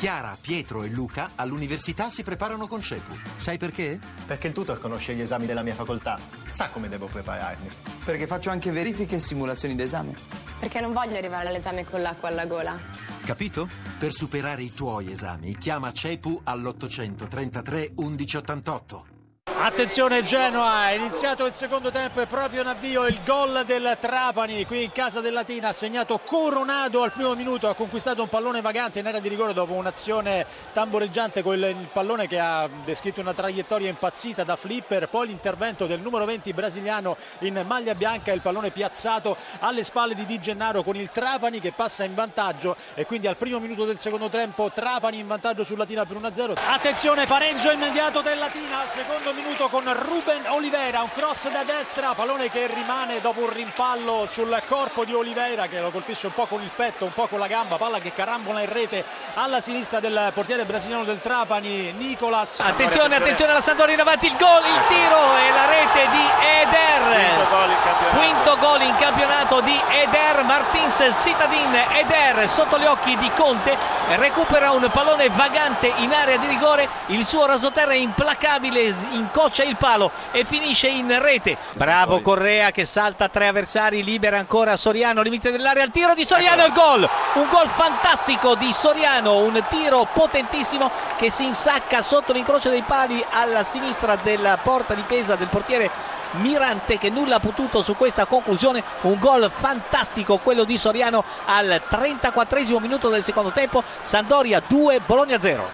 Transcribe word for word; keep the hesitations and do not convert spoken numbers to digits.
Chiara, Pietro e Luca all'università si preparano con CEPU. Sai perché? Perché il tutor conosce gli esami della mia facoltà, sa come devo prepararmi. Perché faccio anche verifiche e simulazioni d'esame. Perché non voglio arrivare all'esame con l'acqua alla gola. Capito? Per superare i tuoi esami, chiama CEPU all'ottocentotrentatré undici ottantotto. Attenzione Genoa, è iniziato il secondo tempo e proprio in avvio il gol del Trapani qui in casa del Latina. Ha segnato Coronado al primo minuto, ha conquistato un pallone vagante in area di rigore dopo un'azione tamboreggiante con il pallone che ha descritto una traiettoria impazzita da flipper, poi l'intervento del numero venti brasiliano in maglia bianca, il pallone piazzato alle spalle di Di Gennaro con il Trapani che passa in vantaggio e quindi al primo minuto del secondo tempo Trapani in vantaggio sul Latina per uno a zero. Attenzione, pareggio immediato del Latina al secondo minuto con Ruben Oliveira, un cross da destra, pallone che rimane dopo un rimpallo sul corpo di Oliveira che lo colpisce un po' con il petto, un po' con la gamba, palla che carambola in rete alla sinistra del portiere brasiliano del Trapani, Nicolas. Attenzione, attenzione alla Sampdoria in avanti, il gol, il tiro e la rete di Eder. Quinto gol in campionato di Eder Martins Cittadin. Eder sotto gli occhi di Conte recupera un pallone vagante in area di rigore, il suo rasoterra è implacabile, incoccia il palo e finisce in rete. Bravo Correa che salta tre avversari, libera ancora Soriano, limite dell'area, il tiro di Soriano e il gol, un gol fantastico di Soriano, un tiro potentissimo che si insacca sotto l'incrocio dei pali alla sinistra della porta difesa del portiere Mirante che nulla ha potuto su questa conclusione. Un gol fantastico quello di Soriano al trentaquattresimo minuto del secondo tempo. Sampdoria due, Bologna zero.